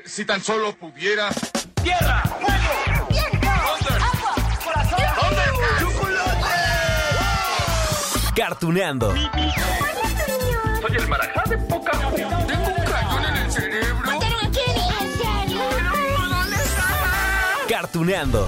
Si tan solo pudiera. ¡Tierra! ¡Fuego! ¡Viento! ¡Agua! ¡Corazón! ¡Chocolate! Cartuneando. Soy el marajá de Pocahontas. Tengo un cañón en el cerebro. ¿Mataron a Kenny? ¿En serio? ¿Dónde está? Cartuneando.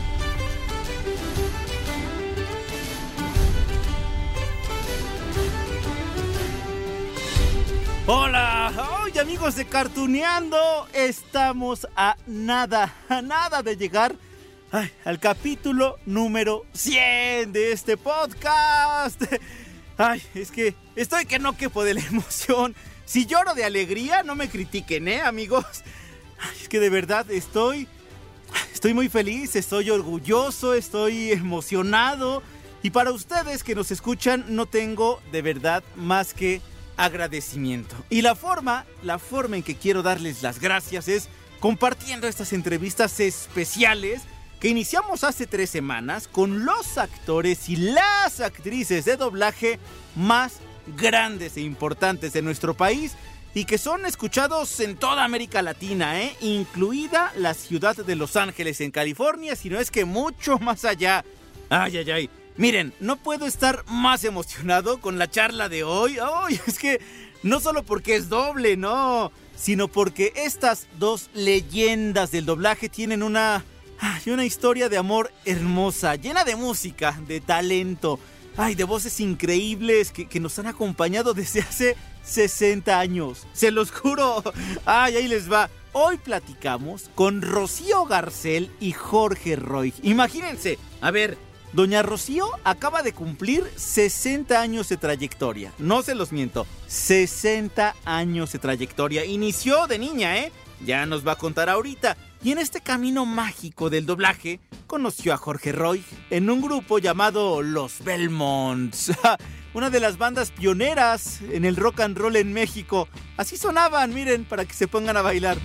Hola, hoy amigos de Cartuneando, estamos a nada de llegar al capítulo número 100 de este podcast. Ay, es que estoy que no quepo de la emoción. Si lloro de alegría, no me critiquen, amigos. Ay, es que de verdad estoy muy feliz, estoy orgulloso, estoy emocionado. Y para ustedes que nos escuchan, no tengo de verdad más que agradecimiento. Y la forma en que quiero darles las gracias es compartiendo estas entrevistas especiales que iniciamos hace 3 semanas con los actores y las actrices de doblaje más grandes e importantes de nuestro país y que son escuchados en toda América Latina, incluida la ciudad de Los Ángeles en California, si no es que mucho más allá. Ay. Miren, no puedo estar más emocionado con la charla de hoy. ¡Ay! Es que no solo porque es doble, no, sino porque estas dos leyendas del doblaje tienen una historia de amor hermosa, llena de música, de talento, de voces increíbles que nos han acompañado desde hace 60 años. Se los juro. Ahí les va. Hoy platicamos con Rocío Garcel y Jorge Roig. Imagínense, a ver, doña Rocío acaba de cumplir 60 años de trayectoria. No se los miento, 60 años de trayectoria. Inició de niña, ya nos va a contar ahorita. Y en este camino mágico del doblaje, conoció a Jorge Roig en un grupo llamado Los Belmonts. Una de las bandas pioneras en el rock and roll en México. Así sonaban, miren, para que se pongan a bailar.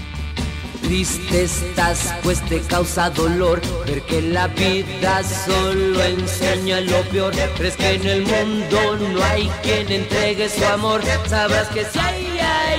Triste estás, pues te causa dolor ver que la vida solo enseña lo peor. Crees que en el mundo no hay quien entregue su amor. Sabrás que si hay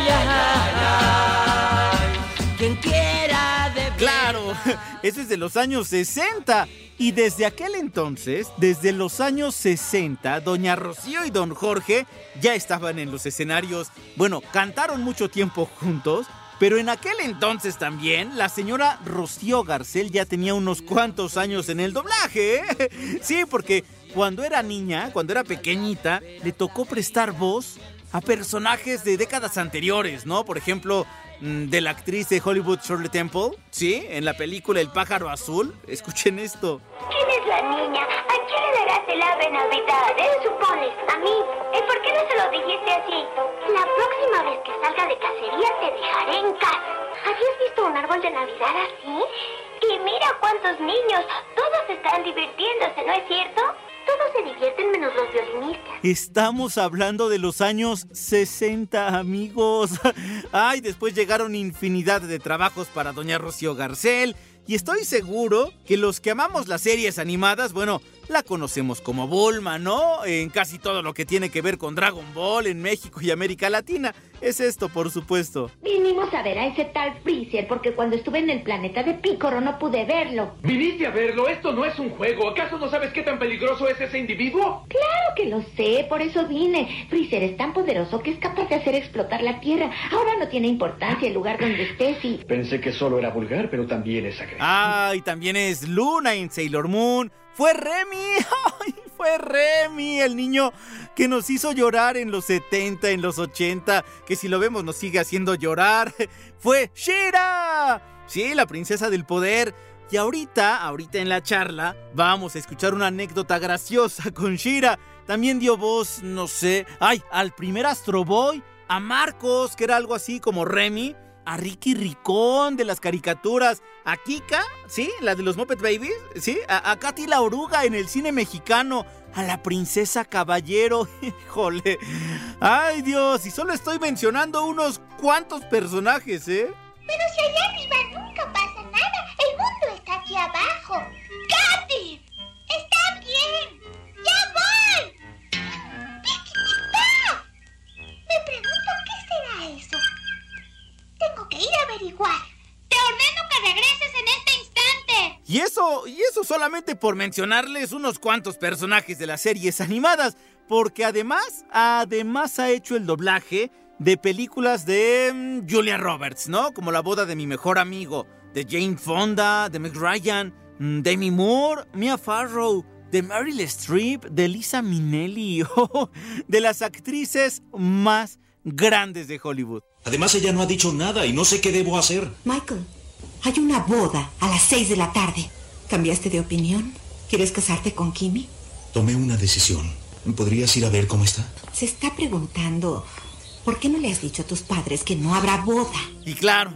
quien quiera de... ¡Claro! Eso es de los años 60. Y desde aquel entonces, desde los años 60, doña Rocío y don Jorge ya estaban en los escenarios. Bueno, cantaron mucho tiempo juntos. Pero en aquel entonces también, la señora Rocío Garcel ya tenía unos cuantos años en el doblaje, Sí, porque cuando era niña, cuando era pequeñita, le tocó prestar voz a personajes de décadas anteriores, ¿no? Por ejemplo, de la actriz de Hollywood Shirley Temple, ¿sí? En la película El pájaro azul. Escuchen esto. ¿Quién es la niña? ¿A quién le darás el ave Navidad? ¿Qué supones? ¿A mí? ¿Por qué no se lo dijiste así? La próxima vez que salga de cacería te dejaré en casa. ¿Habías visto un árbol de Navidad así? Y mira cuántos niños. Todos están divirtiéndose, ¿no es cierto? Todos se divierten menos los violinistas. Estamos hablando de los años 60, amigos. Después llegaron infinidad de trabajos para doña Rocío Garcel. Y estoy seguro que los que amamos las series animadas, bueno, la conocemos como Bulma, ¿no? En casi todo lo que tiene que ver con Dragon Ball en México y América Latina. Es esto, por supuesto. Vinimos a ver a ese tal Freezer porque cuando estuve en el planeta de Picoro no pude verlo. ¿Viniste a verlo? Esto no es un juego. ¿Acaso no sabes qué tan peligroso es ese individuo? Claro que lo sé, por eso vine. Freezer es tan poderoso que es capaz de hacer explotar la Tierra. Ahora no tiene importancia el lugar donde estés y... Pensé que solo era vulgar, pero también es agresivo. Y también es Luna en Sailor Moon. Fue Remy, el niño que nos hizo llorar en los 70, en los 80, que si lo vemos nos sigue haciendo llorar. Fue She-Ra, sí, la princesa del poder. Y ahorita en la charla, vamos a escuchar una anécdota graciosa con She-Ra. También dio voz, no sé, al primer Astro Boy, a Marcos, que era algo así como Remy, a Ricky Ricón de las caricaturas, a Kika, ¿sí? La de los Muppet Babies, ¿sí? A Katy la Oruga en el cine mexicano, a la princesa Caballero, híjole. Ay, Dios, y solo estoy mencionando unos cuantos personajes, Pero si allá arriba nunca pasa nada, el mundo está aquí abajo. ¡Katy! ¡Está bien! ¡Ya voy! ¡Chiquitita! Me pregunto qué será eso. Tengo que ir a averiguar. Te ordeno que regreses en este instante. Y eso solamente por mencionarles unos cuantos personajes de las series animadas, porque además ha hecho el doblaje de películas de Julia Roberts, ¿no? Como La boda de mi mejor amigo, de Jane Fonda, de Meg Ryan, Demi Moore, Mia Farrow, de Meryl Streep, de Liza Minnelli, de las actrices más grandes de Hollywood. Además, ella no ha dicho nada y no sé qué debo hacer. Michael, hay una boda a las 6 de la tarde. ¿Cambiaste de opinión? ¿Quieres casarte con Kimi? Tomé una decisión. ¿Podrías ir a ver cómo está? Se está preguntando, ¿por qué no le has dicho a tus padres que no habrá boda? Y claro,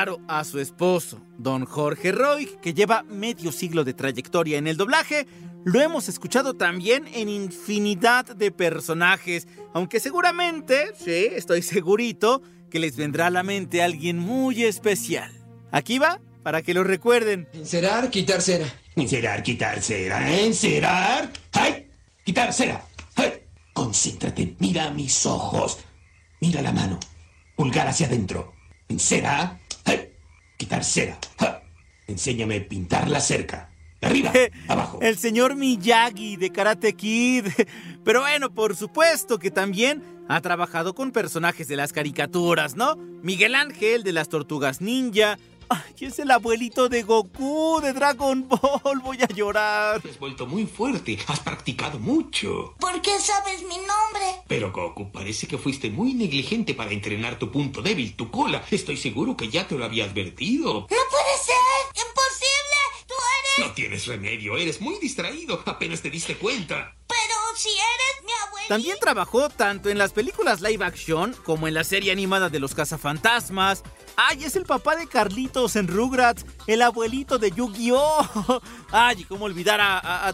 a su esposo, don Jorge Roig, que lleva medio siglo de trayectoria en el doblaje. Lo hemos escuchado también en infinidad de personajes, aunque seguramente, sí, estoy segurito, que les vendrá a la mente alguien muy especial. Aquí va, para que lo recuerden. Encerar, quitar cera. Encerar, quitar cera. Encerar. ¡Ay! Quitar cera. ¡Ay! Concéntrate, mira a mis ojos. Mira la mano. Pulgar hacia adentro. Encera. ¡Ay! Quitar cera. ¡Ay! Enséñame a pintar la cerca. Arriba, abajo. El señor Miyagi de Karate Kid. Pero bueno, por supuesto que también ha trabajado con personajes de las caricaturas, ¿no? Miguel Ángel de las Tortugas Ninja. Ay, es el abuelito de Goku de Dragon Ball. Voy a llorar. Te has vuelto muy fuerte. Has practicado mucho. ¿Por qué sabes mi nombre? Pero Goku, parece que fuiste muy negligente para entrenar tu punto débil, tu cola. Estoy seguro que ya te lo había advertido. ¡No puede ser! ¡Imposible! ¡Tú eres! No tienes remedio. Eres muy distraído. Apenas te diste cuenta. Pero si eres mi abuelito. También trabajó tanto en las películas live action como en la serie animada de los Cazafantasmas. ¡Ay, es el papá de Carlitos en Rugrats! ¡El abuelito de Yu-Gi-Oh! ¡Ay, y cómo olvidar a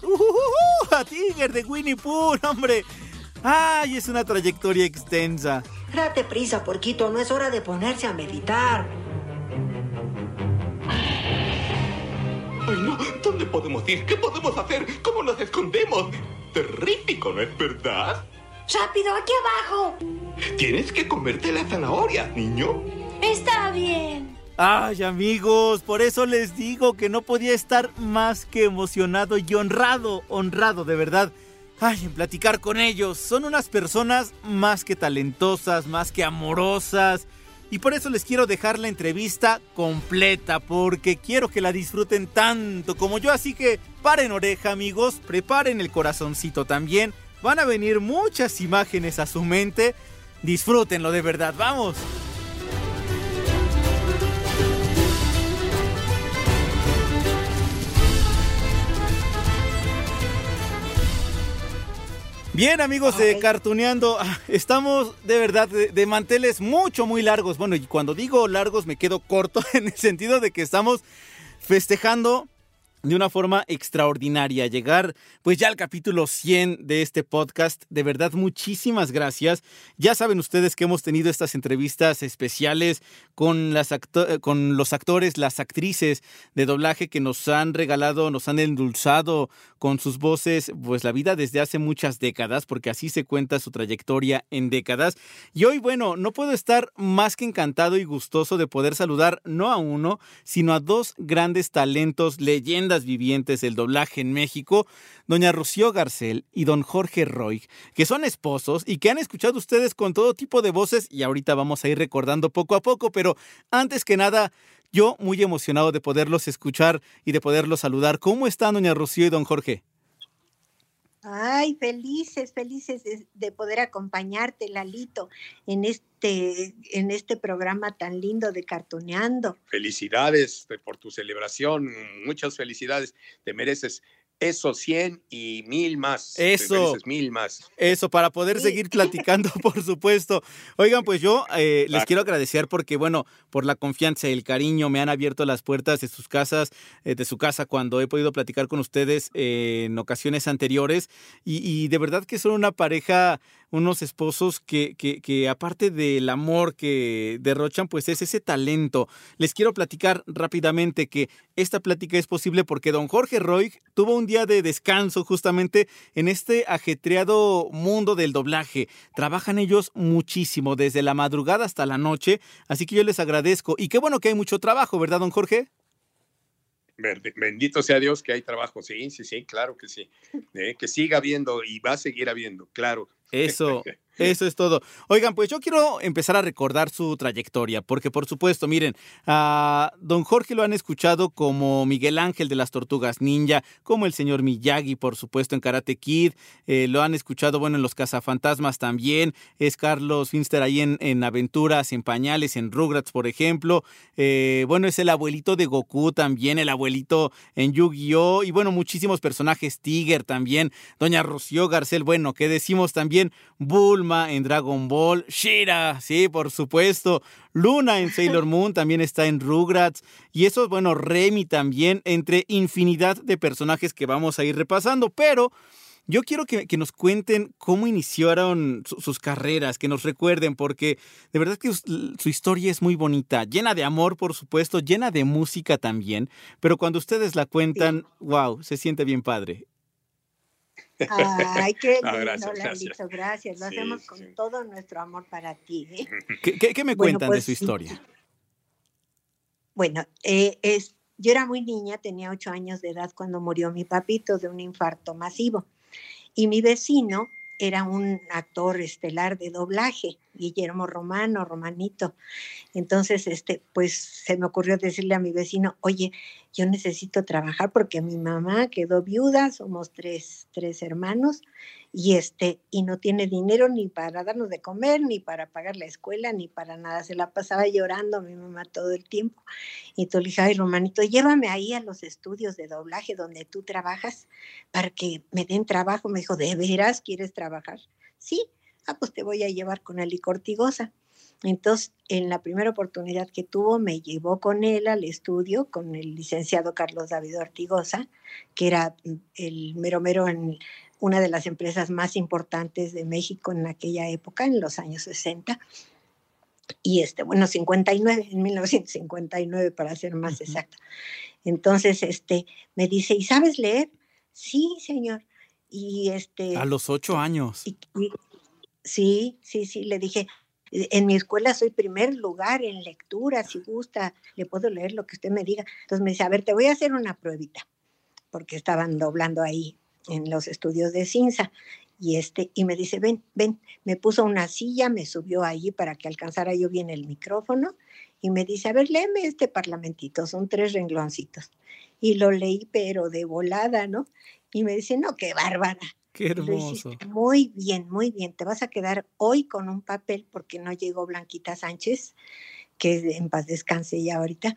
Tiger de Winnie Pooh, hombre! ¡Ay, es una trayectoria extensa! Date prisa, porquito, no es hora de ponerse a meditar. ¡Ay, no! ¿Dónde podemos ir? ¿Qué podemos hacer? ¿Cómo nos escondemos? Terrífico, ¿no es verdad? ¡Rápido, aquí abajo! Tienes que comerte las zanahorias, niño. Está bien. Ay, amigos, por eso les digo que no podía estar más que emocionado y honrado de verdad. Ay, en platicar con ellos. Son unas personas más que talentosas, más que amorosas. Y por eso les quiero dejar la entrevista completa, porque quiero que la disfruten tanto como yo. Así que paren oreja, amigos, preparen el corazoncito también. Van a venir muchas imágenes a su mente. Disfrútenlo de verdad, ¡vamos! Bien, amigos de Cartuneando, estamos de verdad de manteles muy largos. Bueno, y cuando digo largos me quedo corto en el sentido de que estamos festejando de una forma extraordinaria. Llegar pues ya al capítulo 100 de este podcast. De verdad, muchísimas gracias. Ya saben ustedes que hemos tenido estas entrevistas especiales con los actores, las actrices de doblaje que nos han regalado, nos han endulzado con sus voces pues la vida desde hace muchas décadas, porque así se cuenta su trayectoria en décadas. Y hoy, bueno, no puedo estar más que encantado y gustoso de poder saludar no a uno, sino a dos grandes talentos, leyendas vivientes del doblaje en México, doña Rocío Garcel y don Jorge Roig, que son esposos y que han escuchado ustedes con todo tipo de voces y ahorita vamos a ir recordando poco a poco, pero antes que nada, yo muy emocionado de poderlos escuchar y de poderlos saludar. ¿Cómo están doña Rocío y don Jorge? Ay, felices de poder acompañarte, Lalito, en este programa tan lindo de Cartuneando. Felicidades por tu celebración, muchas felicidades, te mereces esos 100 y 1000 más. Eso. Te mereces 1000 más. Eso, para poder seguir platicando, por supuesto. Oigan, pues yo les quiero agradecer porque, bueno, por la confianza y el cariño me han abierto las puertas de sus casas, de su casa cuando he podido platicar con ustedes en ocasiones anteriores y de verdad que son una pareja, unos esposos que aparte del amor que derrochan, pues es ese talento. Les quiero platicar rápidamente que esta plática es posible porque don Jorge Roig tuvo un día de descanso justamente en este ajetreado mundo del doblaje. Trabajan ellos muchísimo, desde la madrugada hasta la noche, así que yo les agradezco. Y qué bueno que hay mucho trabajo, ¿verdad, don Jorge? Bendito sea Dios que hay trabajo, sí, claro que sí. Que siga habiendo y va a seguir habiendo, claro. Eso es todo. Oigan, pues yo quiero empezar a recordar su trayectoria, porque por supuesto, miren, a don Jorge lo han escuchado como Miguel Ángel de las Tortugas Ninja, como el señor Miyagi, por supuesto, en Karate Kid, lo han escuchado, bueno, en Los Cazafantasmas también, es Carlos Finster ahí en Aventuras, en Pañales, en Rugrats, por ejemplo, bueno, es el abuelito de Goku también, el abuelito en Yu-Gi-Oh! Y bueno, muchísimos personajes, Tiger también, doña Rocío Garcel, bueno, ¿qué decimos también? Bulma en Dragon Ball, Shira, sí, por supuesto, Luna en Sailor Moon, también está en Rugrats, y eso, bueno, Remy también, entre infinidad de personajes que vamos a ir repasando, pero yo quiero que nos cuenten cómo iniciaron sus carreras, que nos recuerden, porque de verdad que su historia es muy bonita, llena de amor, por supuesto, llena de música también, pero cuando ustedes la cuentan, wow, se siente bien padre. Ay, qué lindo, Gracias. Lalito, gracias. Lo hacemos con todo nuestro amor para ti. ¿Qué me cuentan de su historia? Bueno, yo era muy niña, tenía 8 años de edad cuando murió mi papito de un infarto masivo. Y mi vecino era un actor estelar de doblaje, Guillermo Romanito. Entonces, pues se me ocurrió decirle a mi vecino, oye, yo necesito trabajar porque mi mamá quedó viuda, somos tres hermanos, y no tiene dinero ni para darnos de comer, ni para pagar la escuela, ni para nada. Se la pasaba llorando a mi mamá todo el tiempo. Y entonces le dije, ay, Romanito, llévame ahí a los estudios de doblaje donde tú trabajas para que me den trabajo. Me dijo, ¿de veras quieres trabajar? Sí, pues te voy a llevar con Eli Ortigosa. Entonces, en la primera oportunidad que tuvo, me llevó con él al estudio, con el licenciado Carlos David Ortigosa, que era el mero en una de las empresas más importantes de México en aquella época, en los años 60. Y 59, en 1959 para ser más exacta. Entonces, me dice, ¿y sabes leer? Sí, señor. Y a los 8 años. Sí, le dije, en mi escuela soy primer lugar en lectura, si gusta, le puedo leer lo que usted me diga. Entonces me dice, a ver, te voy a hacer una pruebita, porque estaban doblando ahí en los estudios de Cinza. Y me dice, ven, me puso una silla, me subió allí para que alcanzara yo bien el micrófono, y me dice, a ver, léeme este parlamentito, son 3 rengloncitos. Y lo leí, pero de volada, ¿no? Y me dice, no, qué bárbara. Qué hermoso. Muy bien, te vas a quedar hoy con un papel, porque no llegó Blanquita Sánchez, que en paz descanse ya ahorita,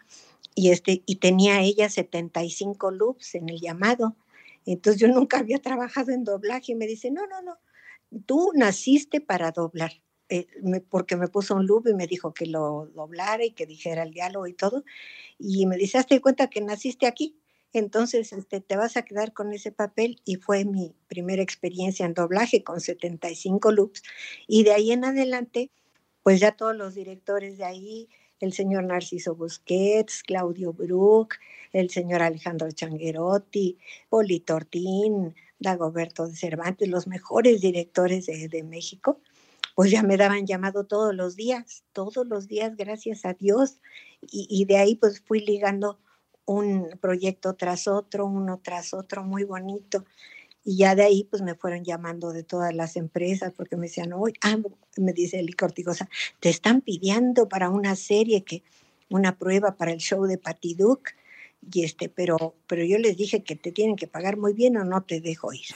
y tenía ella 75 loops en el llamado. Entonces yo nunca había trabajado en doblaje, y me dice, no, tú naciste para doblar, porque me puso un loop y me dijo que lo doblara y que dijera el diálogo y todo, y me dice, hazte cuenta que naciste aquí. Entonces te vas a quedar con ese papel, y fue mi primera experiencia en doblaje con 75 loops, y de ahí en adelante, pues ya todos los directores de ahí, el señor Narciso Busquets, Claudio Brook, el señor Alejandro Changuerotti, Polito Ortín, Dagoberto de Cervantes, los mejores directores de México, pues ya me daban llamado todos los días, gracias a Dios, y de ahí pues fui ligando un proyecto tras otro, uno tras otro, muy bonito. Y ya de ahí pues me fueron llamando de todas las empresas, porque me decían, me dice Eli Ortigosa, te están pidiendo para una serie, una prueba para el show de Patty Duke, y pero yo les dije que te tienen que pagar muy bien o no te dejo ir.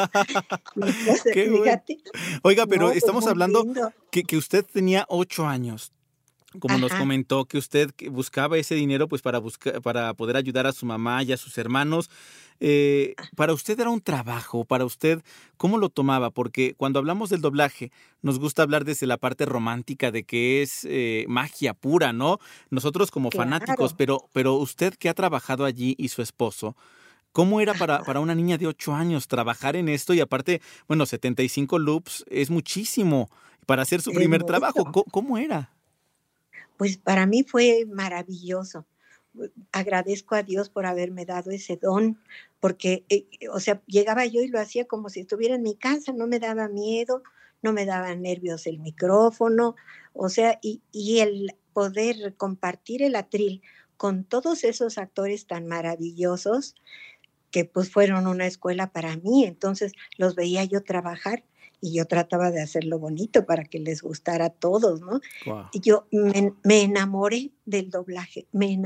Entonces, qué fíjate. Oiga, pero no, estamos pues hablando que usted tenía 8 años. Como nos comentó, que usted buscaba ese dinero pues para poder ayudar a su mamá y a sus hermanos. ¿Para usted era un trabajo? ¿Para usted cómo lo tomaba? Porque cuando hablamos del doblaje, nos gusta hablar desde la parte romántica de que es magia pura, ¿no? Nosotros como fanáticos, pero usted que ha trabajado allí y su esposo, ¿cómo era para una niña de 8 años trabajar en esto? Y aparte, 75 loops es muchísimo para hacer su primer trabajo. ¿Cómo era? Pues para mí fue maravilloso, agradezco a Dios por haberme dado ese don, porque, o sea, llegaba yo y lo hacía como si estuviera en mi casa, no me daba miedo, no me daba nervios el micrófono, o sea, y el poder compartir el atril con todos esos actores tan maravillosos que pues fueron una escuela para mí, entonces los veía yo trabajar y yo trataba de hacerlo bonito para que les gustara a todos, ¿no? Wow. Y yo me enamoré del doblaje,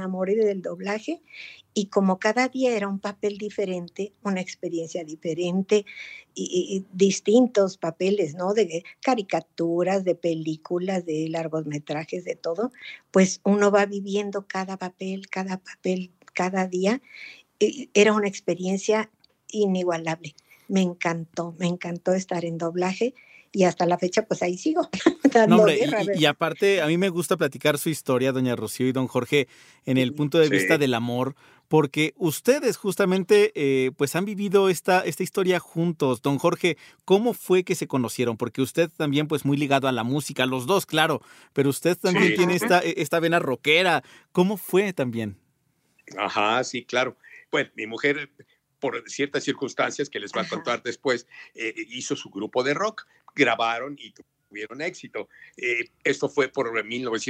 y como cada día era un papel diferente, una experiencia diferente y distintos papeles, ¿no? De caricaturas, de películas, de largometrajes, de todo, pues uno va viviendo cada papel, cada día. Era una experiencia inigualable. Me encantó estar en doblaje y hasta la fecha pues ahí sigo. No, hombre, y aparte a mí me gusta platicar su historia, doña Rocío y don Jorge, en el punto de vista del amor, porque ustedes justamente pues han vivido esta historia juntos. Don Jorge, ¿cómo fue que se conocieron? Porque usted también pues muy ligado a la música, los dos, claro, pero usted también tiene esta vena rockera. ¿Cómo fue también? Ajá, sí, claro. Bueno, mi mujer, por ciertas circunstancias que les va a contar después, hizo su grupo de rock, grabaron y tuvieron éxito. Esto fue por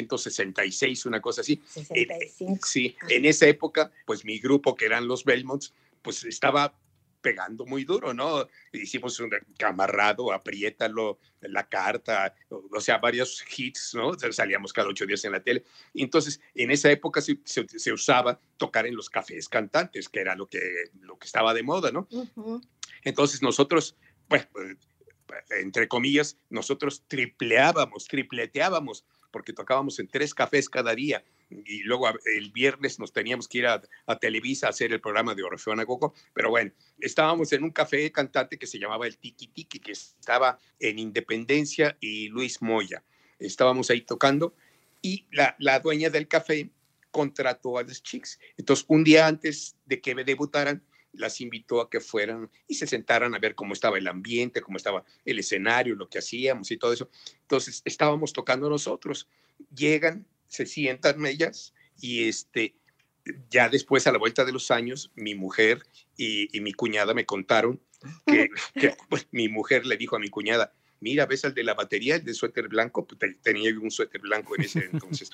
1966, una cosa así. 65. Sí, en esa época, pues mi grupo, que eran los Belmonts, pues estaba pegando muy duro, ¿no? Hicimos un Camarado, Apriétalo, La Carta, o sea, varios hits, ¿no? Salíamos cada 8 días en la tele. Y entonces, en esa época se usaba tocar en los cafés cantantes, que era lo que estaba de moda, ¿no? Uh-huh. Entonces nosotros, pues, entre comillas, nosotros tripleteábamos, porque tocábamos en 3 cafés cada día. Y luego el viernes nos teníamos que ir a Televisa a hacer el programa de Orfeón Agogo. Pero bueno, estábamos en un café cantante que se llamaba el Tiki Tiki, que estaba en Independencia y Luis Moya. Estábamos ahí tocando y la dueña del café contrató a las chicas. Entonces, un día antes de que me debutaran, las invitó a que fueran y se sentaran a ver cómo estaba el ambiente, cómo estaba el escenario, lo que hacíamos y todo eso. Entonces, estábamos tocando nosotros. Llegan, se sientan ellas y ya después, a la vuelta de los años, mi mujer y mi cuñada me contaron que pues, mi mujer le dijo a mi cuñada: mira, ¿ves al de la batería, el de suéter blanco? Pues, tenía un suéter blanco en ese entonces.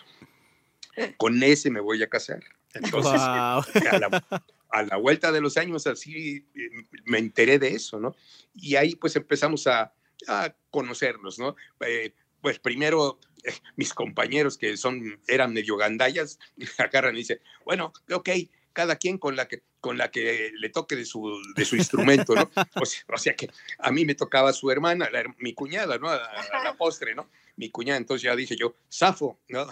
Con ese me voy a casar. Entonces, wow. a la vuelta de los años, así me enteré de eso, ¿no? Y ahí pues empezamos a conocernos, ¿no? Pues primero mis compañeros que eran medio gandallas, agarran y dicen, bueno, ok, cada quien con la que le toque de su instrumento, ¿no? O sea que a mí me tocaba su hermana, mi cuñada, ¿no? A la postre, ¿no? Mi cuñada, entonces ya dije yo, zafo, ¿no?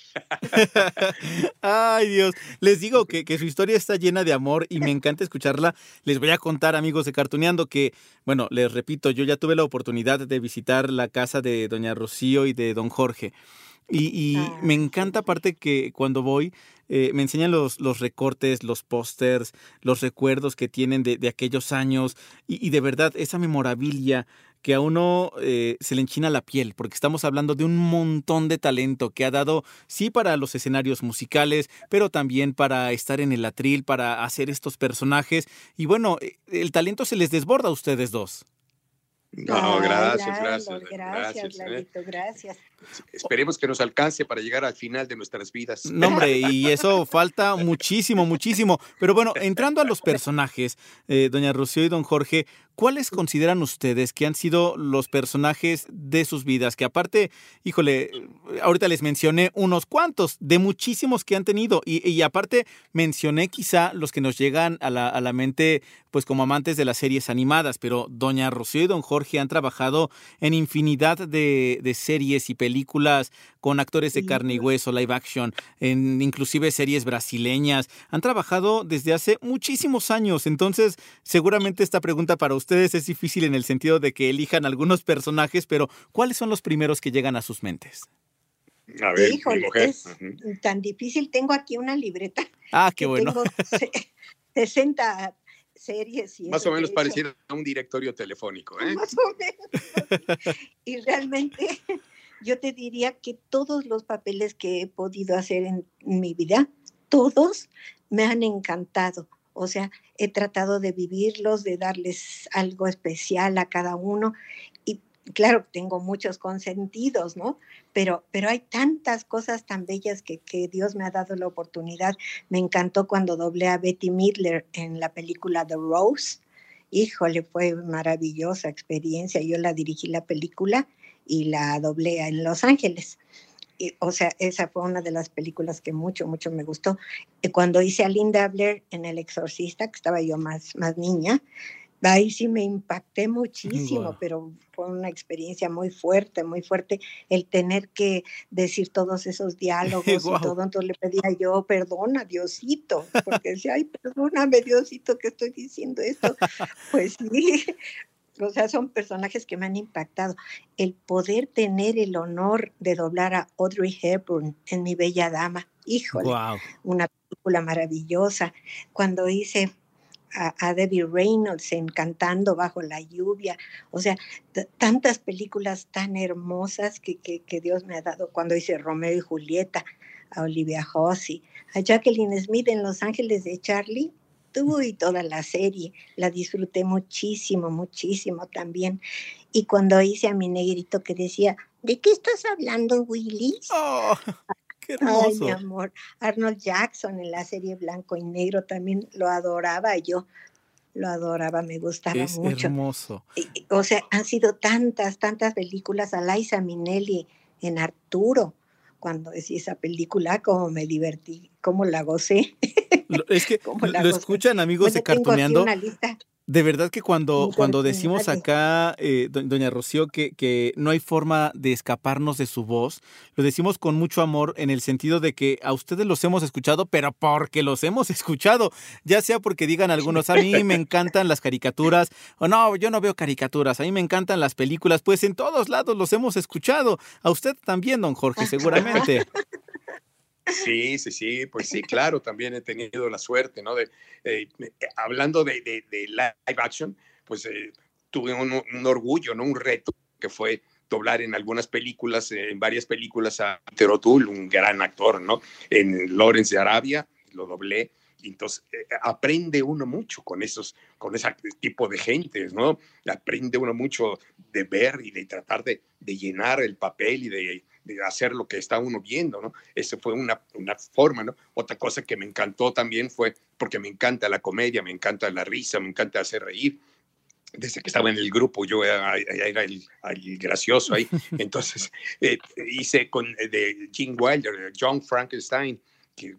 Ay, Dios, les digo que su historia está llena de amor y me encanta escucharla. Les voy a contar, amigos de Cartuneando, que, bueno, les repito, yo ya tuve la oportunidad de visitar la casa de doña Rocío y de don Jorge. Y me encanta, aparte, que cuando voy me enseñan los recortes, los pósters, los recuerdos que tienen de aquellos años y de verdad esa memorabilia que a uno se le enchina la piel, porque estamos hablando de un montón de talento que ha dado, sí, para los escenarios musicales, pero también para estar en el atril, para hacer estos personajes. Y bueno, el talento se les desborda a ustedes dos. No, gracias. Lalito, gracias. Esperemos que nos alcance para llegar al final de nuestras vidas. No, hombre, y eso falta muchísimo. Pero bueno, entrando a los personajes, doña Rocío y don Jorge, ¿cuáles consideran ustedes que han sido los personajes de sus vidas? Que aparte, híjole, ahorita les mencioné unos cuantos, de muchísimos que han tenido. Y aparte mencioné quizá los que nos llegan a la mente, pues como amantes de las series animadas. Pero doña Rocío y don Jorge han trabajado en infinidad de series y películas con actores de carne y hueso, live action, en inclusive series brasileñas. Han trabajado desde hace muchísimos años. Entonces, seguramente esta pregunta para ustedes es difícil en el sentido de que elijan algunos personajes, pero ¿cuáles son los primeros que llegan a sus mentes? A ver, híjole, mi mujer. es tan difícil. Tengo aquí una libreta. Ah, qué bueno. Tengo 60 series. Más o menos pareciera un directorio telefónico, ¿eh? Más o menos. Y realmente yo te diría que todos los papeles que he podido hacer en mi vida todos me han encantado. O sea, he tratado de vivirlos, de darles algo especial a cada uno. Y claro, tengo muchos consentidos, ¿no? Pero hay tantas cosas tan bellas que Dios me ha dado la oportunidad. Me encantó cuando doblé a Bette Midler en la película The Rose. Híjole, fue maravillosa experiencia. Yo la dirigí la película y la doblé en Los Ángeles. O sea, esa fue una de las películas que mucho me gustó. Cuando hice a Linda Blair en El Exorcista, que estaba yo más niña, ahí sí me impacté muchísimo, wow. Pero fue una experiencia muy fuerte el tener que decir todos esos diálogos wow. Y todo. Entonces le pedía yo, perdona, Diosito, porque decía, ay, perdóname, Diosito, que estoy diciendo esto. Pues sí. O sea, son personajes que me han impactado. El poder tener el honor de doblar a Audrey Hepburn en Mi Bella Dama, híjole, wow. Una película maravillosa. Cuando hice a Debbie Reynolds en Cantando Bajo la Lluvia, o sea, tantas películas tan hermosas que Dios me ha dado. Cuando hice Romeo y Julieta, a Olivia Hussey, a Jacqueline Smith en Los Ángeles de Charlie, y toda la serie, la disfruté muchísimo también. Y cuando hice a mi negrito que decía, ¿de qué estás hablando, Willis? Oh, qué hermoso. Ay, mi amor. Arnold Jackson en la serie Blanco y Negro también lo adoraba yo. Lo adoraba, me gustaba es mucho. Es hermoso. O sea, han sido tantas películas. A Liza Minnelli en Arturo. Cuando decía esa película, cómo me divertí, cómo la gocé. Es que lo escuchan amigos de Cartuneando. De verdad que cuando decimos acá, doña Rocío, que no hay forma de escaparnos de su voz, lo decimos con mucho amor en el sentido de que a ustedes los hemos escuchado, pero porque los hemos escuchado, ya sea porque digan algunos, a mí me encantan las caricaturas, o no, yo no veo caricaturas, a mí me encantan las películas, pues en todos lados los hemos escuchado. A usted también, don Jorge, seguramente. Sí, pues sí, claro, también he tenido la suerte, ¿no? Hablando de live action, pues tuve un orgullo, ¿no? Un reto que fue doblar en algunas películas, en varias películas a Peter O'Toole, un gran actor, ¿no? En Lawrence de Arabia, lo doblé. Y entonces aprende uno mucho con ese tipo de gentes, ¿no? Aprende uno mucho de ver y de tratar de llenar el papel y de hacer lo que está uno viendo, ¿no? Esa fue una forma, ¿no? Otra cosa que me encantó también fue, porque me encanta la comedia, me encanta la risa, me encanta hacer reír. Desde que estaba en el grupo, yo era el gracioso ahí. Entonces, hice de Gene Wilder, John Frankenstein, que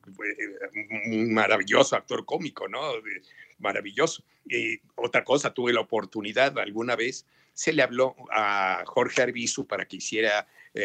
un maravilloso actor cómico, ¿no? Maravilloso. Otra cosa, tuve la oportunidad alguna vez, se le habló a Jorge Arbizu para que hiciera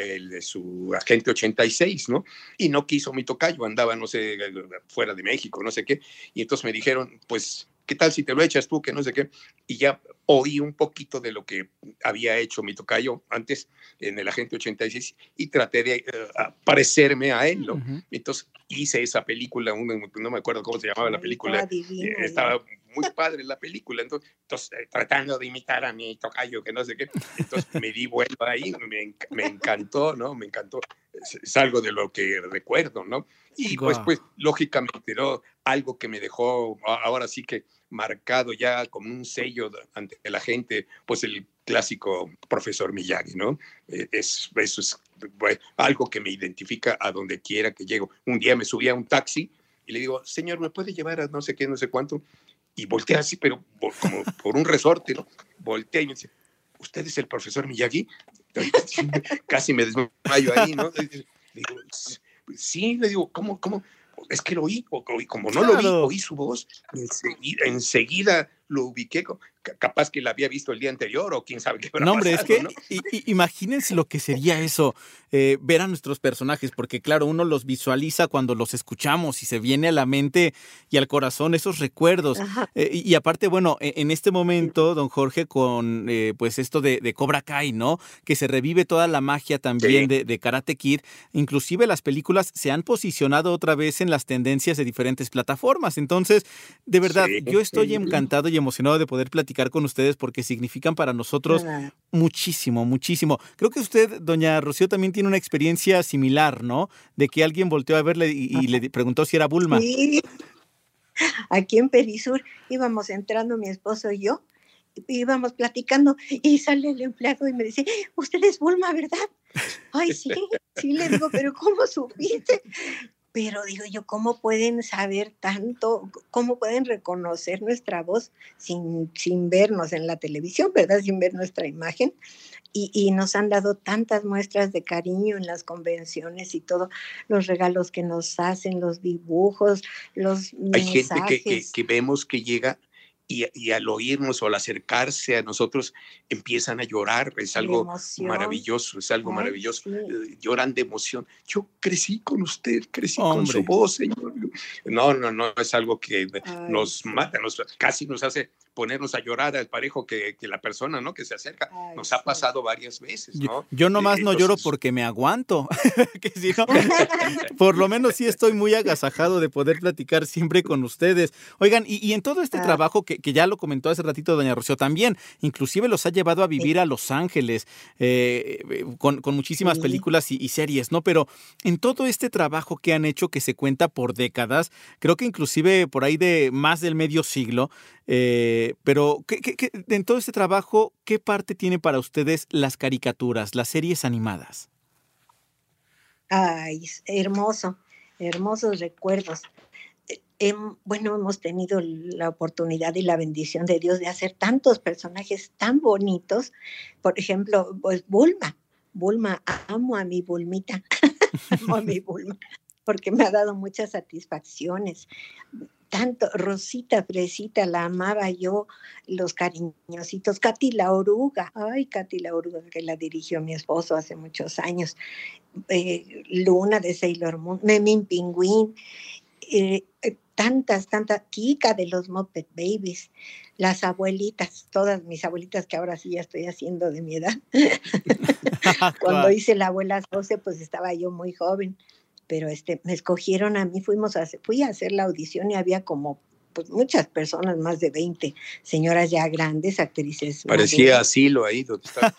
su Agente 86, ¿no? Y no quiso mi tocayo, andaba, no sé, fuera de México, no sé qué. Y entonces me dijeron, pues, ¿qué tal si te lo echas tú? Que no sé qué. Y ya oí un poquito de lo que había hecho mi tocayo antes en el Agente 86 y traté de parecerme a él, ¿no? Uh-huh. Entonces hice esa película, no me acuerdo cómo se llamaba la película. Estaba muy padre la película. Entonces tratando de imitar a mi tocayo, que no sé qué. Entonces me di vuelta ahí, me encantó, ¿no? Me encantó. Es algo de lo que recuerdo, ¿no? Y pues lógicamente, ¿no? Algo que me dejó ahora sí que marcado ya como un sello ante la gente, pues el clásico Profesor Miyagi, ¿no? Eso es algo que me identifica a donde quiera que llego. Un día me subí a un taxi y le digo, señor, ¿me puede llevar a no sé qué, no sé cuánto? Y volteé así, pero como por un resorte, ¿no? Volteé y me dice, ¿usted es el Profesor Miyagi? Casi me desmayo ahí, ¿no? Le digo, sí, le digo, ¿cómo? Es que lo oí, como no lo vi, oí su voz, enseguida lo ubiqué, capaz que la había visto el día anterior o quién sabe qué habrá pasado, es que ¿no? Imagínense lo que sería eso, ver a nuestros personajes, porque claro, uno los visualiza cuando los escuchamos y se viene a la mente y al corazón esos recuerdos. Y aparte, bueno, en este momento, don Jorge, con pues esto de Cobra Kai, ¿no? Que se revive toda la magia también de Karate Kid, inclusive las películas se han posicionado otra vez en las tendencias de diferentes plataformas. Entonces, de verdad, yo estoy encantado y y emocionado de poder platicar con ustedes porque significan para nosotros muchísimo, muchísimo. Creo que usted, doña Rocío, también tiene una experiencia similar, ¿no? De que alguien volteó a verle y le preguntó si era Bulma. Sí, aquí en Perisur íbamos entrando mi esposo y yo, íbamos platicando y sale el empleado y me dice, usted es Bulma, ¿verdad? Ay, sí, le digo, pero ¿cómo supiste? Pero digo yo, ¿cómo pueden saber tanto? ¿Cómo pueden reconocer nuestra voz sin vernos en la televisión, ¿verdad? Sin ver nuestra imagen. Y nos han dado tantas muestras de cariño en las convenciones y todo, los regalos que nos hacen, los dibujos, los mensajes. Hay gente que vemos que llega y al oírnos o al acercarse a nosotros empiezan a llorar. Es algo maravilloso, es algo maravilloso. Sí. Lloran de emoción. Yo crecí con usted, con su voz, señor. No, es algo que nos mata, casi nos hace ponernos a llorar al parejo que la persona, ¿no?, que se acerca. Nos ha pasado varias veces, ¿no? Yo nomás no lloro porque me aguanto. Que si no, por lo menos sí estoy muy agasajado de poder platicar siempre con ustedes. Oigan, y en todo este trabajo que ya lo comentó hace ratito doña Rocío también, inclusive los ha llevado a vivir a Los Ángeles con muchísimas películas y series, ¿no? Pero en todo este trabajo que han hecho, que se cuenta por décadas, creo que inclusive por ahí de más del medio siglo, pero en todo este trabajo, ¿qué parte tiene para ustedes las caricaturas, las series animadas? Ay, hermosos recuerdos. Bueno, hemos tenido la oportunidad y la bendición de Dios de hacer tantos personajes tan bonitos. Por ejemplo, pues Bulma, amo a mi Bulmita, amo a mi Bulma, porque me ha dado muchas satisfacciones. Tanto, Rosita Fresita, la amaba yo, los cariñositos, Katy la Oruga, que la dirigió mi esposo hace muchos años, Luna de Sailor Moon, Memín Pingüín, tantas, Kika de los Muppet Babies, las abuelitas, todas mis abuelitas que ahora sí ya estoy haciendo de mi edad. Cuando hice la abuela José, pues estaba yo muy joven, pero me escogieron a mí, fui a hacer la audición y había como pues muchas personas, más de 20 señoras ya grandes, actrices. Parecía asilo ahí donde está.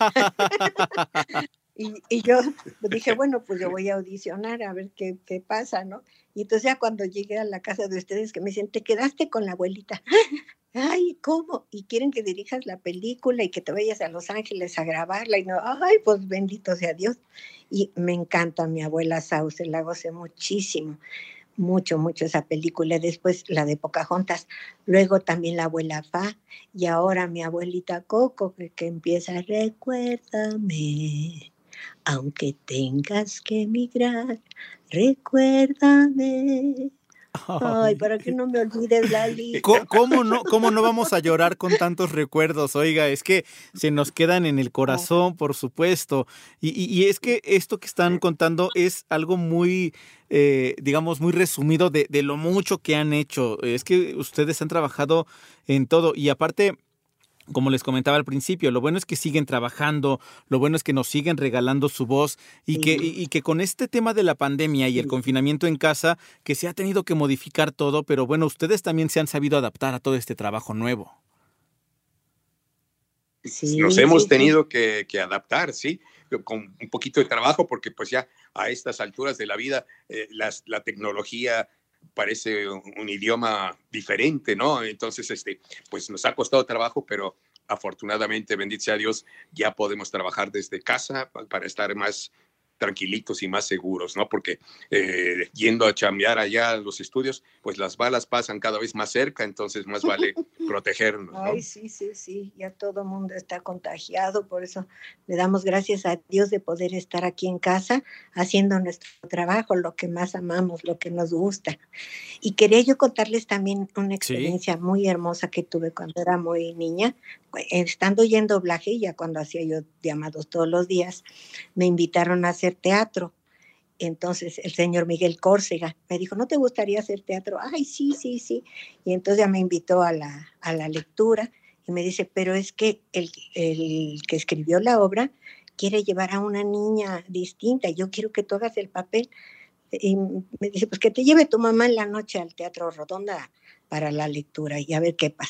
Y yo dije, bueno, pues yo voy a audicionar a ver qué pasa, ¿no? Y entonces ya cuando llegué a la casa de ustedes que me dicen, te quedaste con la abuelita. Ay, ¿cómo? Y quieren que dirijas la película y que te vayas a Los Ángeles a grabarla. Y no, ay, pues bendito sea Dios. Y me encanta mi abuela Sauce, la gocé muchísimo, mucho esa película. Después la de Pocahontas, luego también la abuela Fa, y ahora mi abuelita Coco, que empieza, recuérdame, aunque tengas que emigrar, recuérdame. Ay, para que no me olvides, Lali. ¿Cómo no vamos a llorar con tantos recuerdos? Oiga, es que se nos quedan en el corazón, por supuesto. Y es que esto que están contando es algo muy, digamos, muy resumido de lo mucho que han hecho. Es que ustedes han trabajado en todo. Y aparte, como les comentaba al principio, lo bueno es que siguen trabajando, lo bueno es que nos siguen regalando su voz y que con este tema de la pandemia y el confinamiento en casa, que se ha tenido que modificar todo, pero bueno, ustedes también se han sabido adaptar a todo este trabajo nuevo. Nos hemos tenido que adaptar, sí, con un poquito de trabajo, porque pues ya a estas alturas de la vida la tecnología parece un idioma diferente, ¿no? Entonces, pues nos ha costado trabajo, pero afortunadamente, bendito sea Dios, ya podemos trabajar desde casa para estar más tranquilitos y más seguros, ¿no? Porque yendo a chambear allá a los estudios, pues las balas pasan cada vez más cerca, entonces más vale protegernos, ¿no? Ay, sí, ya todo el mundo está contagiado, por eso le damos gracias a Dios de poder estar aquí en casa haciendo nuestro trabajo, lo que más amamos, lo que nos gusta. Y quería yo contarles también una experiencia muy hermosa que tuve cuando era muy niña, estando ya en doblaje, ya cuando hacía yo llamados todos los días, me invitaron a hacer teatro. Entonces el señor Miguel Córcega me dijo, ¿no te gustaría hacer teatro? Ay, sí. Y entonces ya me invitó a la lectura y me dice, pero es que el que escribió la obra quiere llevar a una niña distinta, yo quiero que tú hagas el papel. Y me dice, pues que te lleve tu mamá en la noche al Teatro Rodonda para la lectura y a ver qué pasa.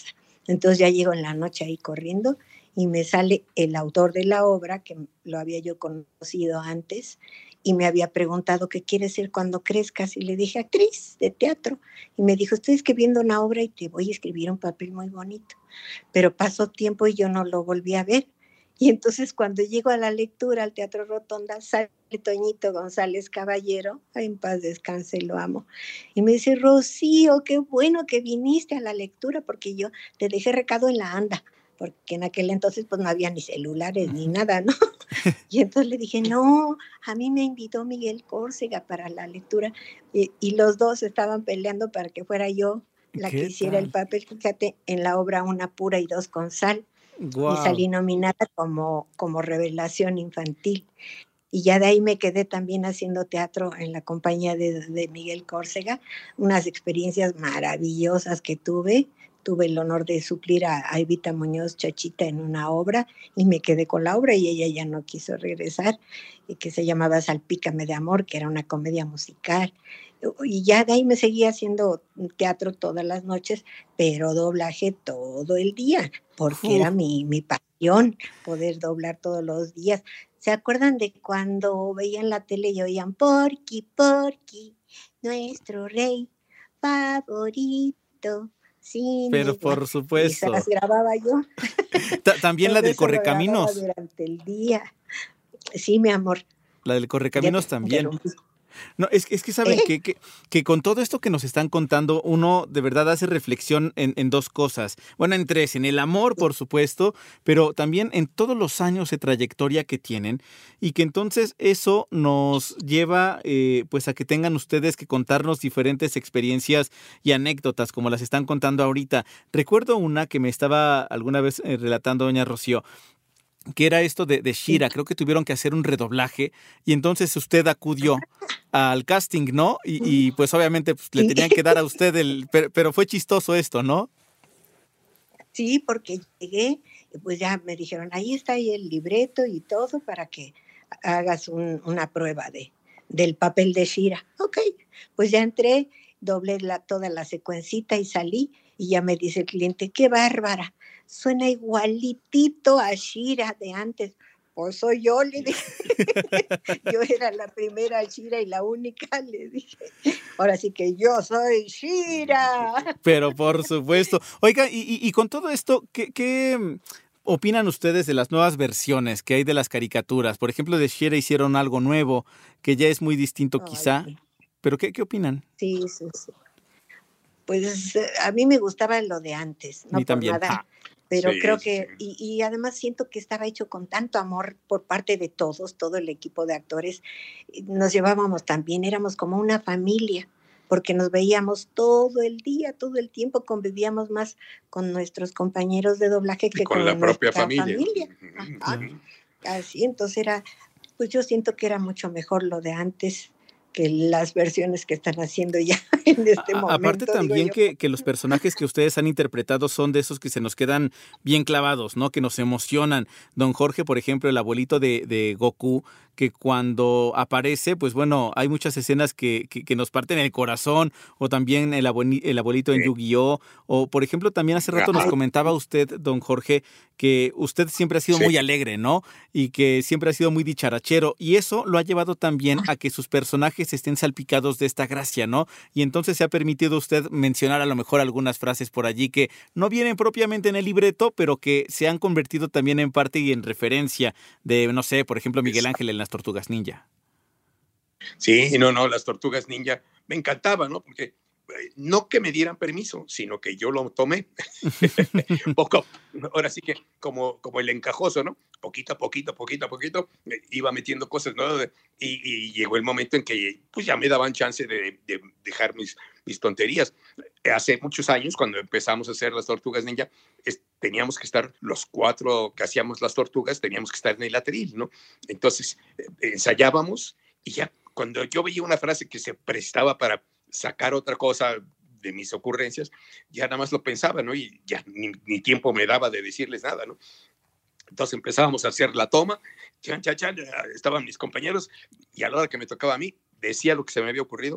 Entonces ya llego en la noche ahí corriendo y me sale el autor de la obra, que lo había yo conocido antes, y me había preguntado qué quieres ser cuando crezcas, y le dije actriz de teatro, y me dijo, estoy escribiendo una obra y te voy a escribir un papel muy bonito. Pero pasó tiempo y yo no lo volví a ver. Y entonces cuando llego a la lectura al Teatro Rotonda, sale Toñito González Caballero, en paz descanse, lo amo, y me dice, Rocío, qué bueno que viniste a la lectura, porque yo te dejé recado en la anda, porque en aquel entonces pues no había ni celulares ni nada, ¿no? Y entonces le dije, no, a mí me invitó Miguel Córcega para la lectura, y los dos estaban peleando para que fuera yo la que hiciera el papel, fíjate, en la obra Una pura y dos con sal. Wow. Y salí nominada como revelación infantil. Y ya de ahí me quedé también haciendo teatro en la compañía de Miguel Córcega, unas experiencias maravillosas que tuve. Tuve el honor de suplir a Evita Muñoz Chachita en una obra y me quedé con la obra y ella ya no quiso regresar, y que se llamaba Salpícame de Amor, que era una comedia musical. Y ya de ahí me seguía haciendo teatro todas las noches, pero doblaje todo el día, porque era mi pasión poder doblar todos los días. ¿Se acuerdan de cuando veían la tele y oían Porky, Porky, nuestro rey favorito? Sí, pero por supuesto. Y las grababa yo. También la del Correcaminos. Durante el día. Sí, mi amor. La del Correcaminos también. No, es que saben que con todo esto que nos están contando, uno de verdad hace reflexión en dos cosas. Bueno, en tres, en el amor, por supuesto, pero también en todos los años de trayectoria que tienen, y que entonces eso nos lleva pues a que tengan ustedes que contarnos diferentes experiencias y anécdotas, como las están contando ahorita. Recuerdo una que me estaba alguna vez relatando doña Rocío, que era esto de Shira. Creo que tuvieron que hacer un redoblaje y entonces usted acudió al casting, ¿no? Y pues obviamente pues, le tenían que dar a usted pero fue chistoso esto, ¿no? Sí, porque llegué y pues ya me dijeron, ahí está ahí el libreto y todo para que hagas una prueba del papel de Shira. Ok, pues ya entré, doblé toda la secuencita y salí, y ya me dice el cliente, qué bárbara, suena igualitito a Shira de antes. Pues soy yo, le dije. Yo era la primera Shira y la única, le dije. Ahora sí que yo soy Shira. Pero por supuesto. Oiga, y con todo esto, ¿qué opinan ustedes de las nuevas versiones que hay de las caricaturas? Por ejemplo, de Shira hicieron algo nuevo, que ya es muy distinto quizá. Sí. ¿Pero qué opinan? Sí. Pues a mí me gustaba lo de antes, no por también. Nada. Pero creo que, y además siento que estaba hecho con tanto amor por parte de todos, todo el equipo de actores. Nos llevábamos también, éramos como una familia, porque nos veíamos todo el día, todo el tiempo, convivíamos más con nuestros compañeros de doblaje que con la propia familia. Así, entonces pues yo siento que era mucho mejor lo de antes que las versiones que están haciendo ya en este momento. Aparte también que los personajes que ustedes han interpretado son de esos que se nos quedan bien clavados, ¿no? Que nos emocionan. Don Jorge, por ejemplo, el abuelito de Goku, que cuando aparece, pues bueno, hay muchas escenas que nos parten el corazón, o también el abuelito en Yu-Gi-Oh! O, por ejemplo, también hace rato nos comentaba usted, don Jorge, que usted siempre ha sido muy alegre, ¿no? Y que siempre ha sido muy dicharachero, y eso lo ha llevado también a que sus personajes estén salpicados de esta gracia, ¿no? Y entonces se ha permitido usted mencionar a lo mejor algunas frases por allí que no vienen propiamente en el libreto, pero que se han convertido también en parte y en referencia de, no sé, por ejemplo, Miguel Ángel en Las Tortugas Ninja. Sí, no, Las Tortugas Ninja me encantaba, ¿no? Porque no que me dieran permiso, sino que yo lo tomé. Poco, ahora sí que como el encajoso, ¿no? Poquito a poquito, iba metiendo cosas, ¿no? Y llegó el momento en que pues ya me daban chance de dejar mis tonterías. Hace muchos años, cuando empezamos a hacer Las Tortugas Ninja, teníamos que estar los 4 que hacíamos las tortugas, teníamos que estar en el atril, ¿no? Entonces ensayábamos, y ya cuando yo veía una frase que se prestaba para sacar otra cosa de mis ocurrencias, ya nada más lo pensaba, ¿no? Y ya ni tiempo me daba de decirles nada, ¿no? Entonces empezábamos a hacer la toma, estaban mis compañeros, y a la hora que me tocaba a mí, decía lo que se me había ocurrido,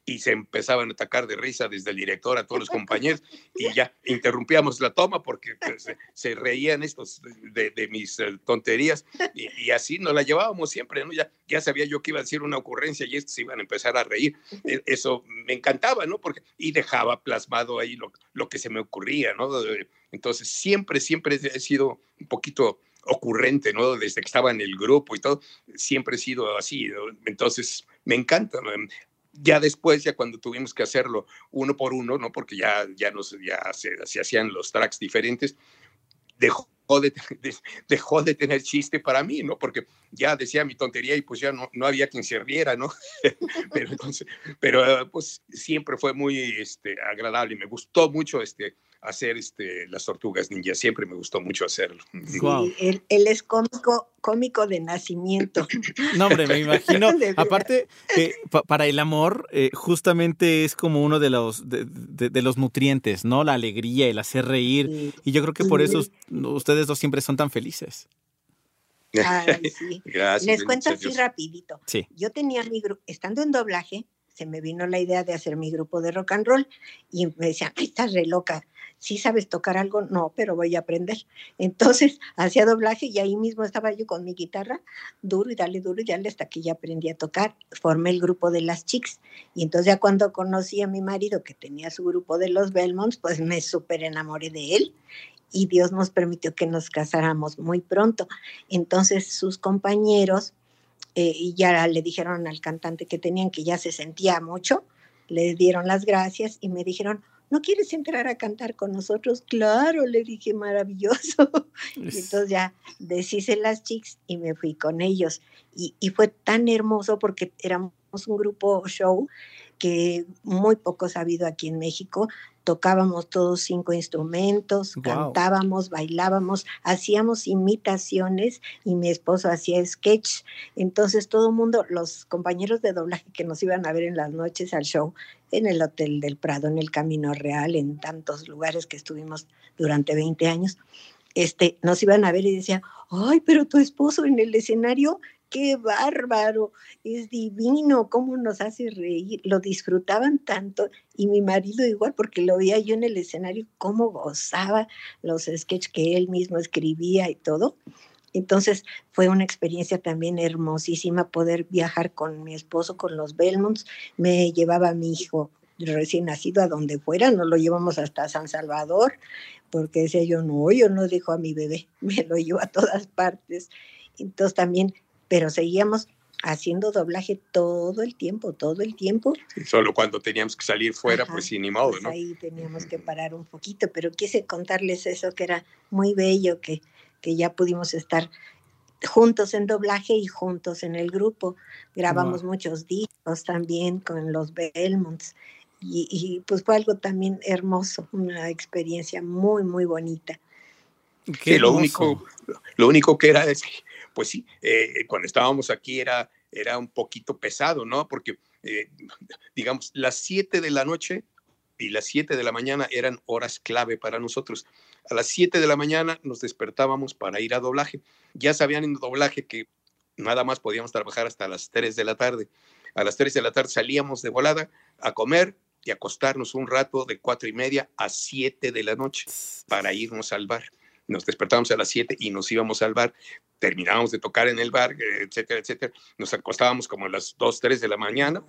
y se empezaban a atacar de risa desde el director a todos los compañeros y ya interrumpíamos la toma porque pues, se reían estos de mis tonterías y así nos la llevábamos siempre, ¿no? Ya sabía yo que iba a decir una ocurrencia y estos iban a empezar a reír. Eso me encantaba, ¿no? Y dejaba plasmado ahí lo que se me ocurría, ¿no? Entonces siempre he sido un poquito ocurrente, ¿no? Desde que estaba en el grupo y todo, siempre he sido así, ¿no? Entonces me encanta, ¿no? Ya después, ya cuando tuvimos que hacerlo uno por uno, ¿no? Porque ya se hacían los tracks diferentes, dejó de tener chiste para mí, ¿no? Porque ya decía mi tontería y pues ya no había quien se riera, ¿no? pero pues siempre fue muy agradable y me gustó mucho hacer las Tortugas Ninja, siempre me gustó mucho hacerlo. Sí, wow. Él es cómico de nacimiento. No, hombre, me imagino. Aparte, para el amor, justamente es como uno de los nutrientes, ¿no? La alegría, el hacer reír. Sí. Y yo creo que por eso ustedes dos siempre son tan felices. Ay, sí. Gracias. Les cuento así rapidito. Sí. Yo tenía mi grupo, estando en doblaje, se me vino la idea de hacer mi grupo de rock and roll y me decían, ay, estás re loca, ¿sí sabes tocar algo? No, pero voy a aprender. Entonces hacía doblaje y ahí mismo estaba yo con mi guitarra, duro y dale hasta que ya aprendí a tocar. Formé el grupo de las Chicks y entonces ya cuando conocí a mi marido que tenía su grupo de los Belmonts, pues me súper enamoré de él. Y Dios nos permitió que nos casáramos muy pronto. Entonces sus compañeros y ya le dijeron al cantante que tenían que ya se sentía mucho, le dieron las gracias y me dijeron, ¿no quieres entrar a cantar con nosotros? Claro, le dije, maravilloso. Y entonces ya deshice las Chicks y me fui con ellos. Y fue tan hermoso porque éramos un grupo show que muy poco sabido aquí en México. Tocábamos todos 5 instrumentos, wow. Cantábamos, bailábamos, hacíamos imitaciones y mi esposo hacía sketch. Entonces todo el mundo, los compañeros de doblaje que nos iban a ver en las noches al show, en el Hotel del Prado, en el Camino Real, en tantos lugares que estuvimos durante 20 años, nos iban a ver y decían, ay, pero tu esposo en el escenario, qué bárbaro, es divino, cómo nos hace reír, lo disfrutaban tanto y mi marido igual porque lo veía yo en el escenario, cómo gozaba los sketches que él mismo escribía y todo. Entonces fue una experiencia también hermosísima poder viajar con mi esposo, con los Belmonts. Me llevaba a mi hijo recién nacido a donde fuera, nos lo llevamos hasta San Salvador porque decía yo no dejo a mi bebé, me lo llevo a todas partes. Entonces también, pero seguíamos haciendo doblaje todo el tiempo. Sí, solo cuando teníamos que salir fuera, ajá, pues sin ni modo, pues ¿no? Ahí teníamos que parar un poquito, pero quise contarles eso que era muy bello, que ya pudimos estar juntos en doblaje y juntos en el grupo. Grabamos muchos discos también con los Belmonts y pues fue algo también hermoso, una experiencia muy, muy bonita. Sí, lo único que era es que, pues sí, cuando estábamos aquí era un poquito pesado, ¿no? Porque, digamos, las 7 de la noche y las 7 de la mañana eran horas clave para nosotros. A las 7 de la mañana nos despertábamos para ir a doblaje. Ya sabían en doblaje que nada más podíamos trabajar hasta las 3 de la tarde. A las 3 de la tarde salíamos de volada a comer y acostarnos un rato de 4:30 a 7 de la noche para irnos al bar. Nos despertábamos a las 7 y nos íbamos al bar. Terminábamos de tocar en el bar, etcétera, etcétera. Nos acostábamos como a las 2, 3 de la mañana,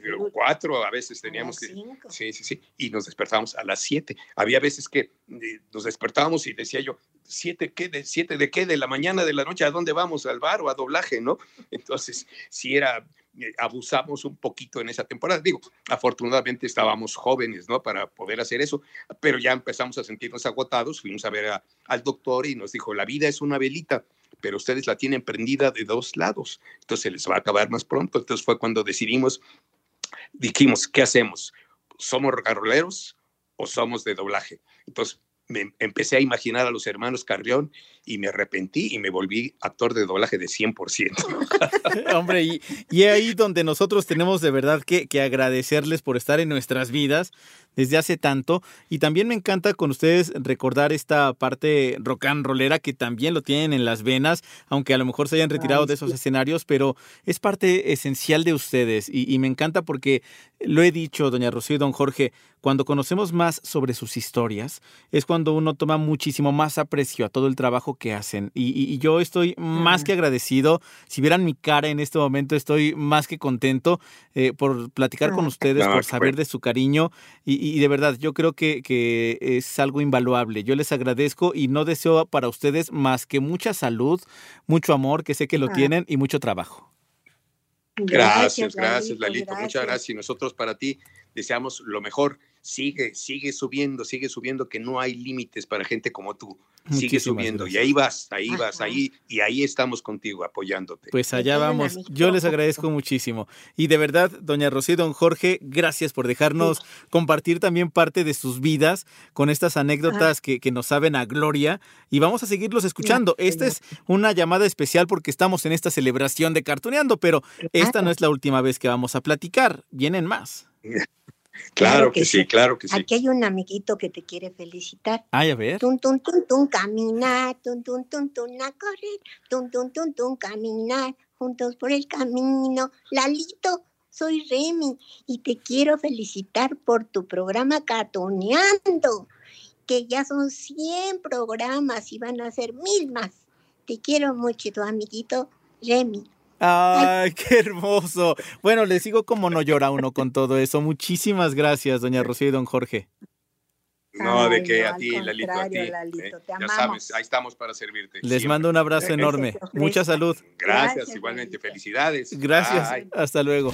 4 a veces teníamos que... Sí, y nos despertábamos a las 7. Había veces que nos despertábamos y decía yo, ¿7 qué? ¿7 de qué? ¿De la mañana, de la noche? ¿A dónde vamos? ¿Al bar o a doblaje, no? Entonces, sí abusamos un poquito en esa temporada. Digo, afortunadamente estábamos jóvenes, ¿no? Para poder hacer eso, pero ya empezamos a sentirnos agotados. Fuimos a ver al doctor y nos dijo, la vida es una velita, pero ustedes la tienen prendida de 2 lados, entonces se les va a acabar más pronto. Entonces fue cuando dijimos, ¿qué hacemos? ¿Somos rocanroleros o somos de doblaje? Entonces me empecé a imaginar a los hermanos Carrión y me arrepentí y me volví actor de doblaje de 100%. Hombre, y ahí donde nosotros tenemos de verdad que agradecerles por estar en nuestras vidas desde hace tanto. Y también me encanta con ustedes recordar esta parte rock and rollera que también lo tienen en las venas, aunque a lo mejor se hayan retirado de esos escenarios, pero es parte esencial de ustedes. Y me encanta porque lo he dicho, doña Rocío y don Jorge, cuando conocemos más sobre sus historias, es cuando uno toma muchísimo más aprecio a todo el trabajo que hacen. Y yo estoy más que agradecido. Si vieran mi cara en este momento, estoy más que contento por platicar con ustedes, por saber de su cariño. Y de verdad, yo creo que es algo invaluable. Yo les agradezco y no deseo para ustedes más que mucha salud, mucho amor, que sé que lo tienen, y mucho trabajo. Gracias, Lalito. Muchas gracias. Y nosotros para ti deseamos lo mejor. Sigue subiendo, que no hay límites para gente como tú. Sigue subiendo. Gracias. Y ahí estamos contigo apoyándote. Pues allá vamos. Yo les agradezco muchísimo. Y de verdad, doña Rocío y don Jorge, gracias por dejarnos compartir también parte de sus vidas con estas anécdotas que nos saben a gloria. Y vamos a seguirlos escuchando. Esta es una llamada especial porque estamos en esta celebración de Cartuneando, pero esta no es la última vez que vamos a platicar. Vienen más. Claro que sí. Aquí hay un amiguito que te quiere felicitar. Ay, a ver. Tun, tun, tun, tun, caminar, tun, tun, tun, tun, a correr, tun, tun, tun, tun, caminar, juntos por el camino. Lalito, soy Remy y te quiero felicitar por tu programa Cartuneando, que ya son 100 programas y van a ser 1000 más. Te quiero mucho, tu amiguito Remy. ¡Ay, qué hermoso! Bueno, les digo cómo no llora uno con todo eso. Muchísimas gracias, doña Rocío y don Jorge. No, de que a ti, Lalito, a ti. Lalito, te ya sabes, ahí estamos para servirte. Les mando un abrazo enorme. Mucha salud. Gracias, igualmente. Felicidades. Gracias. Bye. Hasta luego.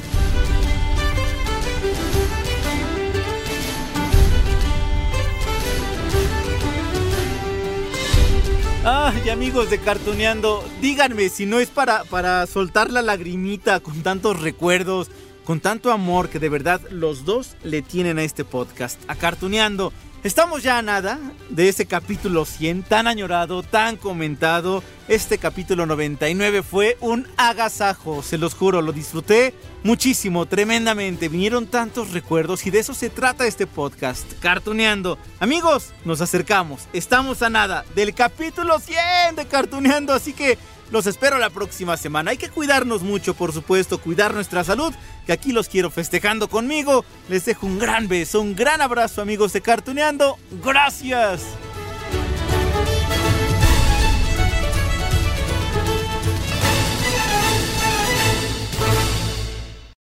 Ay, amigos de Cartuneando, díganme si no es para soltar la lagrimita con tantos recuerdos, con tanto amor que de verdad los dos le tienen a este podcast, a Cartuneando. Estamos ya a nada de ese capítulo 100 tan añorado, tan comentado. Este capítulo 99 fue un agasajo, se los juro, lo disfruté muchísimo, tremendamente. Vinieron tantos recuerdos y de eso se trata este podcast, Cartuneando. Amigos, nos acercamos, estamos a nada del capítulo 100 de Cartuneando, así que los espero la próxima semana. Hay que cuidarnos mucho, por supuesto, cuidar nuestra salud, que aquí los quiero festejando conmigo. Les dejo un gran beso, un gran abrazo, amigos de Cartuneando. ¡Gracias!